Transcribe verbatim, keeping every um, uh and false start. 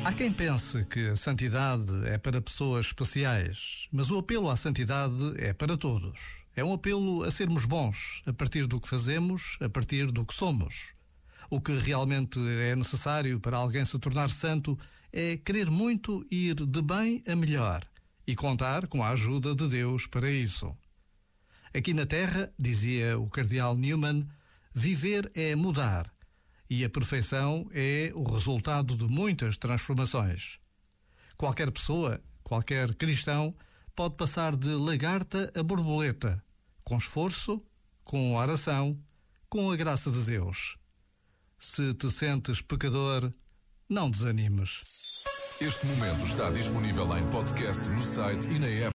Há quem pense que a santidade é para pessoas especiais, mas o apelo à santidade é para todos. É um apelo a sermos bons, a partir do que fazemos, a partir do que somos. O que realmente é necessário para alguém se tornar santo é querer muito ir de bem a melhor e contar com a ajuda de Deus para isso. Aqui na Terra, dizia o cardeal Newman, viver é mudar. E a perfeição é o resultado de muitas transformações. Qualquer pessoa, qualquer cristão, pode passar de lagarta a borboleta, com esforço, com oração, com a graça de Deus. Se te sentes pecador, não desanimes. Este momento está disponível em podcast no site e na app.